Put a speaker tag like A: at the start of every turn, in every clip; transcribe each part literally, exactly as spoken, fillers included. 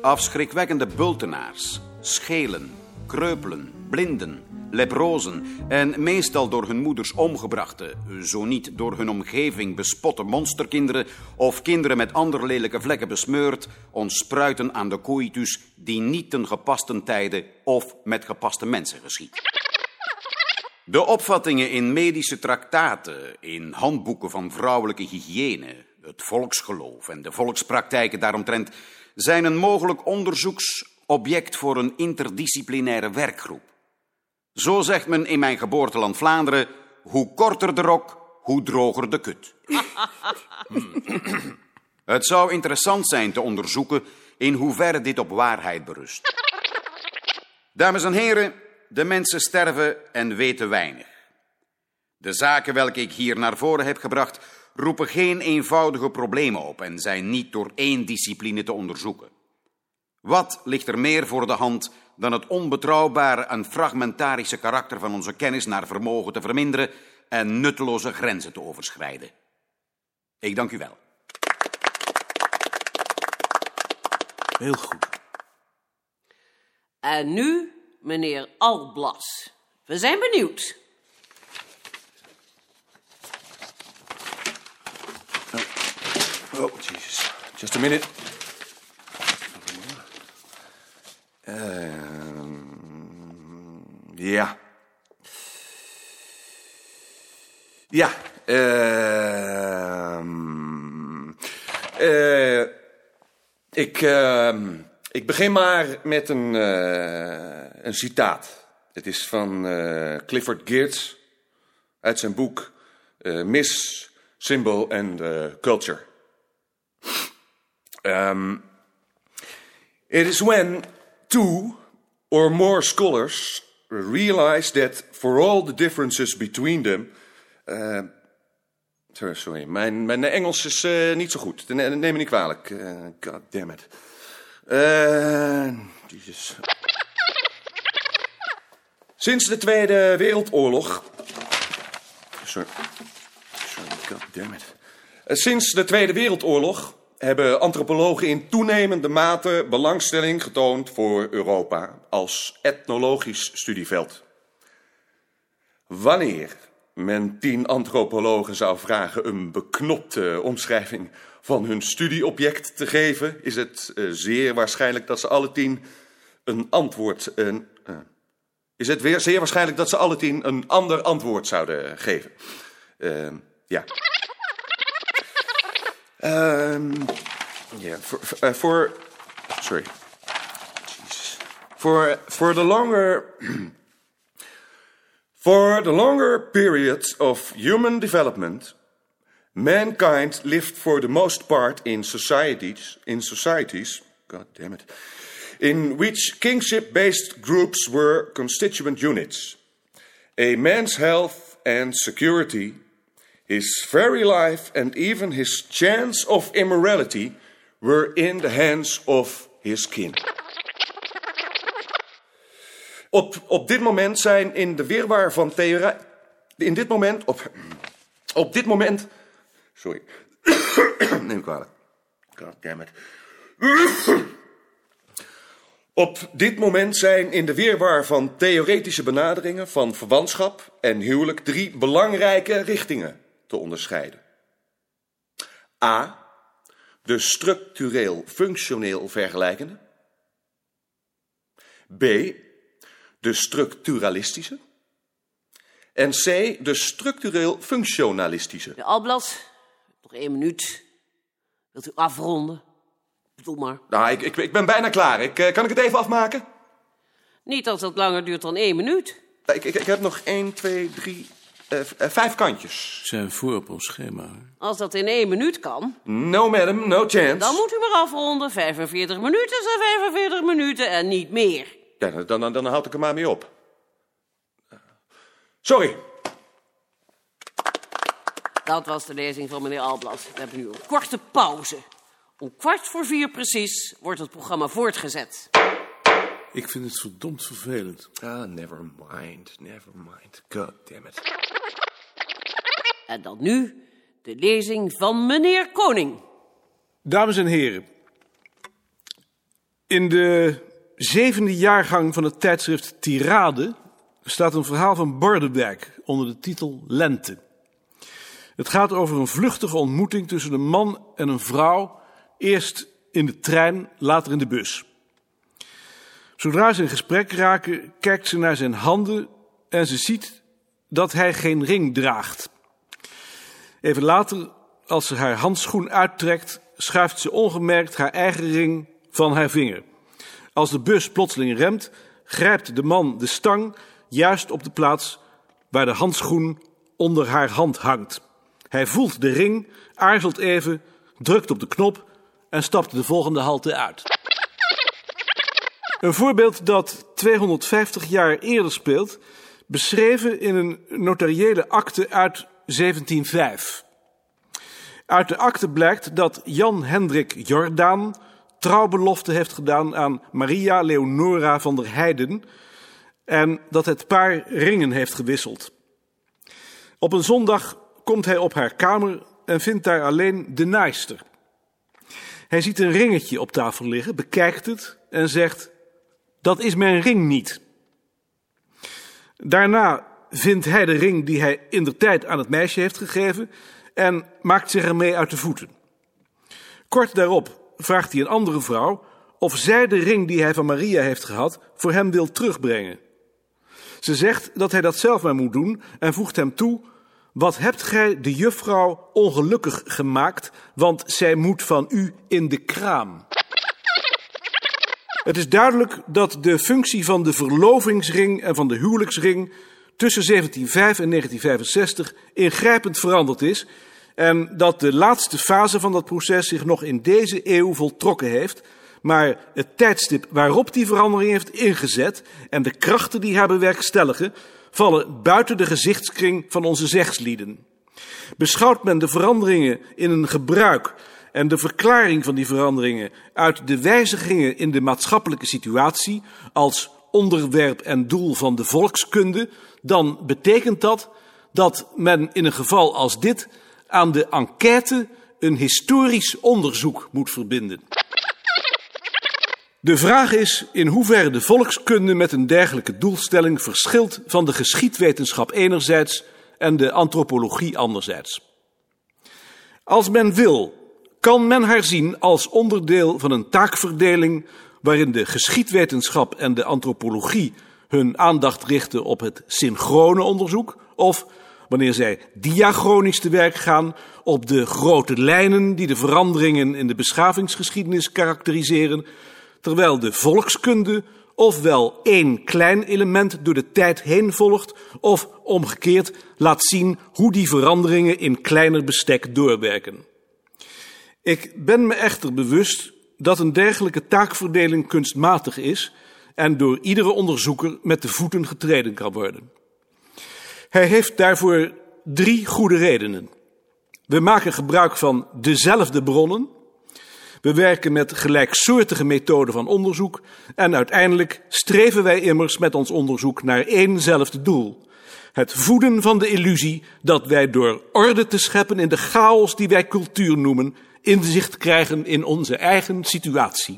A: afschrikwekkende bultenaars, schelen, kreupelen, blinden, leprozen en meestal door hun moeders omgebrachte, zo niet door hun omgeving bespotte monsterkinderen of kinderen met andere lelijke vlekken besmeurd, ons spruiten aan de coitus die niet ten gepaste tijde of met gepaste mensen geschiedt. De opvattingen in medische traktaten, in handboeken van vrouwelijke hygiëne, het volksgeloof en de volkspraktijken daaromtrent zijn een mogelijk onderzoeksobject voor een interdisciplinaire werkgroep. Zo zegt men in mijn geboorteland Vlaanderen, hoe korter de rok, hoe droger de kut. Het zou interessant zijn te onderzoeken in hoeverre dit op waarheid berust. Dames en heren, de mensen sterven en weten weinig. De zaken welke ik hier naar voren heb gebracht roepen geen eenvoudige problemen op en zijn niet door één discipline te onderzoeken. Wat ligt er meer voor de hand dan het onbetrouwbare en fragmentarische karakter van onze kennis naar vermogen te verminderen en nutteloze grenzen te overschrijden? Ik dank u wel.
B: Heel goed.
C: En nu, meneer Alblas. We zijn benieuwd.
B: Oh, Jesus. Just a minute. Uh, ja. Ja. Uh, uh, ik, uh, ik begin maar met een, uh, een citaat. Het is van uh, Clifford Geertz uit zijn boek uh, Myth, Symbol and uh, Culture. Um, it is when two or more scholars realize that for all the differences between them... Uh, sorry, sorry, mijn, mijn Engels is uh, niet zo goed. Neem me niet kwalijk. Uh, God damn it. Uh, Jesus. Sinds de Tweede Wereldoorlog... Sorry. Sorry, God damn it. Uh, sinds de Tweede Wereldoorlog... hebben antropologen in toenemende mate belangstelling getoond voor Europa als etnologisch studieveld. Wanneer men tien antropologen zou vragen een beknopte omschrijving van hun studieobject te geven, is het uh, zeer waarschijnlijk dat ze alle tien een antwoord... Uh, uh, is het weer zeer waarschijnlijk dat ze alle tien een ander antwoord zouden geven. Uh, ja. Um, yeah, for, for, uh, for sorry, Jesus. For for the longer, for the longer period of human development, mankind lived for the most part in societies, in societies, God damn it, in which kingship-based groups were constituent units. A man's health and security, his very life and even his chance of immorality were in the hands of his kin. Op, op dit moment zijn in de wirwar van theorie... In dit moment... Op, op dit moment... Sorry. Neem ik kwalijk. God damn it. Op dit moment zijn in de wirwar van theoretische benaderingen van verwantschap en huwelijk drie belangrijke richtingen te onderscheiden. A. De structureel-functioneel vergelijkende. B. De structuralistische. En C. De structureel-functionalistische.
C: De Alblas, nog één minuut. Wilt u afronden? Doe maar.
B: Nou, ik, ik, ik ben bijna klaar. Ik, kan ik het even afmaken?
C: Niet als het langer duurt dan één minuut.
B: Ik, ik, ik heb nog één, twee, drie... Uh, vijf kantjes.
D: Zijn voor op ons schema.
C: Als dat in één minuut kan.
B: No, madam, no chance.
C: Dan moet u maar afronden. vijfenveertig minuten zijn vijfenveertig minuten en niet meer.
B: Ja, dan, dan, dan houd ik er maar mee op. Sorry.
C: Dat was de lezing van meneer Alblas. We hebben nu een korte pauze. Om kwart voor vier precies wordt het programma voortgezet.
D: Ik vind het verdomd vervelend.
B: Ah, never mind, never mind. God damn it.
C: En dan nu de lezing van meneer Koning.
D: Dames en heren.
E: In de zevende jaargang van het tijdschrift Tirade staat een verhaal van Bordewijk onder de titel Lente. Het gaat over een vluchtige ontmoeting tussen een man en een vrouw, eerst in de trein, later in de bus. Zodra ze in gesprek raken, kijkt ze naar zijn handen en ze ziet dat hij geen ring draagt. Even later, als ze haar handschoen uittrekt, schuift ze ongemerkt haar eigen ring van haar vinger. Als de bus plotseling remt, grijpt de man de stang juist op de plaats waar de handschoen onder haar hand hangt. Hij voelt de ring, aarzelt even, drukt op de knop en stapt de volgende halte uit. Een voorbeeld dat tweehonderdvijftig jaar eerder speelt, beschreven in een notariële akte uit zeventien vijf. Uit de akte blijkt dat Jan Hendrik Jordaan trouwbelofte heeft gedaan aan Maria Leonora van der Heijden en dat het paar ringen heeft gewisseld. Op een zondag komt hij op haar kamer en vindt daar alleen de naaister. Hij ziet een ringetje op tafel liggen, bekijkt het en zegt: "Dat is mijn ring niet." Daarna vindt hij de ring die hij indertijd aan het meisje heeft gegeven en maakt zich ermee uit de voeten. Kort daarop vraagt hij een andere vrouw of zij de ring die hij van Maria heeft gehad voor hem wil terugbrengen. Ze zegt dat hij dat zelf maar moet doen en voegt hem toe: "Wat hebt gij de juffrouw ongelukkig gemaakt, want zij moet van u in de kraam." Het is duidelijk dat de functie van de verlovingsring en van de huwelijksring tussen zeventien vijf en negentien vijfenzestig ingrijpend veranderd is en dat de laatste fase van dat proces zich nog in deze eeuw voltrokken heeft, maar het tijdstip waarop die verandering heeft ingezet en de krachten die haar bewerkstelligen vallen buiten de gezichtskring van onze zegslieden. Beschouwt men de veranderingen in een gebruik en de verklaring van die veranderingen uit de wijzigingen in de maatschappelijke situatie als onderwerp en doel van de volkskunde, dan betekent dat dat men in een geval als dit aan de enquête een historisch onderzoek moet verbinden. De vraag is in hoeverre de volkskunde met een dergelijke doelstelling verschilt van de geschiedwetenschap enerzijds en de antropologie anderzijds. Als men wil, kan men haar zien als onderdeel van een taakverdeling waarin de geschiedwetenschap en de antropologie hun aandacht richten op het synchrone onderzoek, of, wanneer zij diachronisch te werk gaan, op de grote lijnen die de veranderingen in de beschavingsgeschiedenis karakteriseren, terwijl de volkskunde ofwel één klein element door de tijd heen volgt, of omgekeerd laat zien hoe die veranderingen in kleiner bestek doorwerken. Ik ben me echter bewust dat een dergelijke taakverdeling kunstmatig is en door iedere onderzoeker met de voeten getreden kan worden. Hij heeft daarvoor drie goede redenen. We maken gebruik van dezelfde bronnen, we werken met gelijksoortige methoden van onderzoek en uiteindelijk streven wij immers met ons onderzoek naar éénzelfde doel: het voeden van de illusie dat wij door orde te scheppen in de chaos die wij cultuur noemen, inzicht krijgen in onze eigen situatie.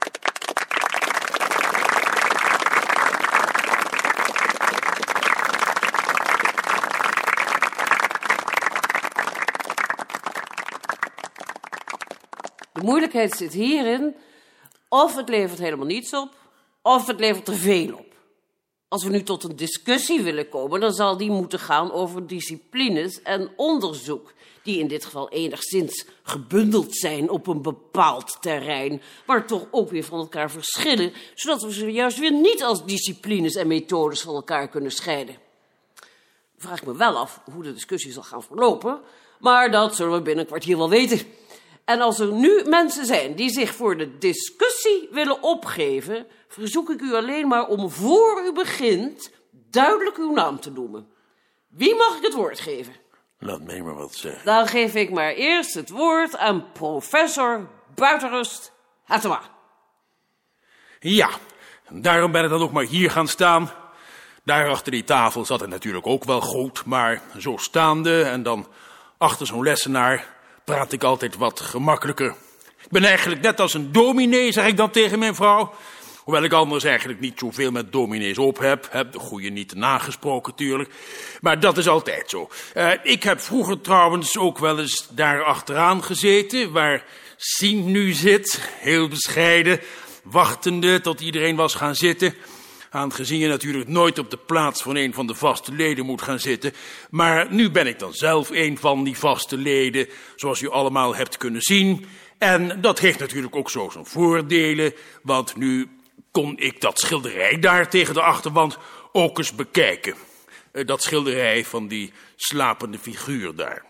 C: De moeilijkheid zit hierin, of het levert helemaal niets op, of het levert er veel op. Als we nu tot een discussie willen komen, dan zal die moeten gaan over disciplines en onderzoek, die in dit geval enigszins gebundeld zijn op een bepaald terrein, maar toch ook weer van elkaar verschillen, zodat we ze juist weer niet als disciplines en methodes van elkaar kunnen scheiden. Vraag ik me wel af hoe de discussie zal gaan verlopen, maar dat zullen we binnen een kwartier wel weten. En als er nu mensen zijn die zich voor de discussie willen opgeven, verzoek ik u alleen maar om voor u begint duidelijk uw naam te noemen. Wie mag ik het woord geven?
D: Laat mij maar wat zeggen.
C: Dan geef ik maar eerst het woord aan professor Buitenrust Hatema.
F: Ja, daarom ben ik dan ook maar hier gaan staan. Daar achter die tafel zat het natuurlijk ook wel goed, maar zo staande en dan achter zo'n lessenaar praat ik altijd wat gemakkelijker. Ik ben eigenlijk net als een dominee, zeg ik dan tegen mijn vrouw. Hoewel ik anders eigenlijk niet zoveel met dominees op heb. Heb de goeie niet nagesproken, tuurlijk. Maar dat is altijd zo. Uh, ik heb vroeger trouwens ook wel eens daar achteraan gezeten, waar Sien nu zit. Heel bescheiden, wachtende tot iedereen was gaan zitten. Aangezien je natuurlijk nooit op de plaats van een van de vaste leden moet gaan zitten. Maar nu ben ik dan zelf een van die vaste leden, zoals u allemaal hebt kunnen zien. En dat heeft natuurlijk ook zo zijn voordelen, want nu kon ik dat schilderij daar tegen de achterwand ook eens bekijken. Dat schilderij van die slapende figuur daar.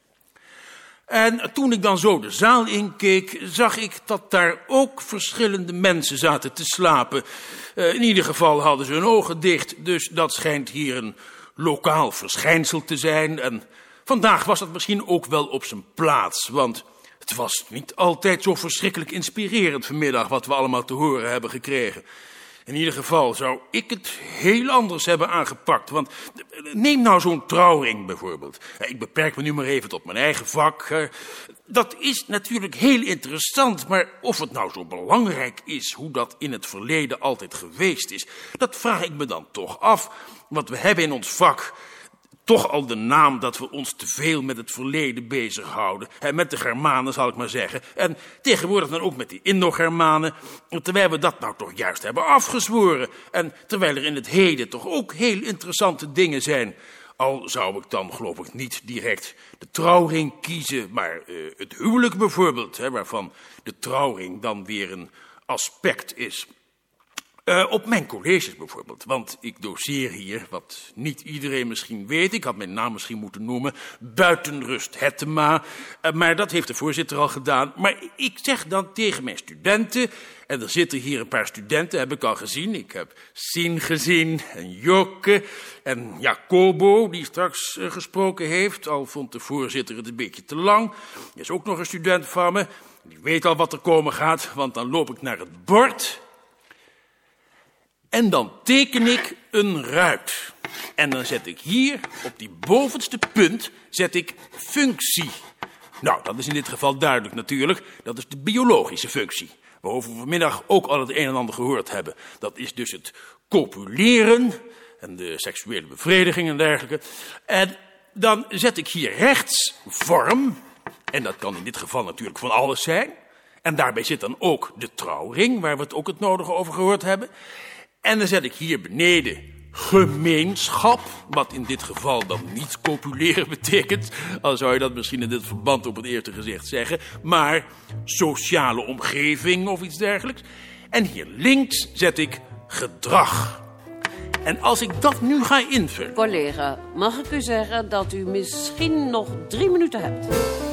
F: En toen ik dan zo de zaal inkeek, zag ik dat daar ook verschillende mensen zaten te slapen. Uh, in ieder geval hadden ze hun ogen dicht, dus dat schijnt hier een lokaal verschijnsel te zijn. En vandaag was dat misschien ook wel op zijn plaats, want het was niet altijd zo verschrikkelijk inspirerend vanmiddag wat we allemaal te horen hebben gekregen. In ieder geval zou ik het heel anders hebben aangepakt. Want neem nou zo'n trouwring bijvoorbeeld. Ik beperk me nu maar even tot mijn eigen vak. Dat is natuurlijk heel interessant, maar of het nou zo belangrijk is hoe dat in het verleden altijd geweest is, dat vraag ik me dan toch af. Want we hebben in ons vak toch al de naam dat we ons te veel met het verleden bezighouden. Met de Germanen, zal ik maar zeggen. En tegenwoordig dan ook met die Indo-Germanen. Terwijl we dat nou toch juist hebben afgezworen. En terwijl er in het heden toch ook heel interessante dingen zijn. Al zou ik dan, geloof ik, niet direct de trouwring kiezen, maar uh, het huwelijk bijvoorbeeld, hè, waarvan de trouwring dan weer een aspect is. Uh, op mijn colleges bijvoorbeeld, want ik doseer hier, wat niet iedereen misschien weet, ik had mijn naam misschien moeten noemen, Buitenrust Hettema, uh, maar dat heeft de voorzitter al gedaan. Maar ik zeg dan tegen mijn studenten, en er zitten hier een paar studenten, heb ik al gezien, ik heb Sien gezien, en Jokke, en Jacobo, die straks uh, gesproken heeft, al vond de voorzitter het een beetje te lang. Die is ook nog een student van me, die weet al wat er komen gaat, want dan loop ik naar het bord. En dan teken ik een ruit. En dan zet ik hier, op die bovenste punt, zet ik functie. Nou, dat is in dit geval duidelijk natuurlijk. Dat is de biologische functie. Waarover we vanmiddag ook al het een en ander gehoord hebben. Dat is dus het copuleren en de seksuele bevrediging en dergelijke. En dan zet ik hier rechts vorm. En dat kan in dit geval natuurlijk van alles zijn. En daarbij zit dan ook de trouwring, waar we het ook het nodige over gehoord hebben. En dan zet ik hier beneden gemeenschap, wat in dit geval dan niet copuleren betekent, al zou je dat misschien in dit verband op het eerste gezicht zeggen, maar sociale omgeving of iets dergelijks. En hier links zet ik gedrag. En als ik dat nu ga invullen...
C: Collega, mag ik u zeggen dat u misschien nog drie minuten hebt?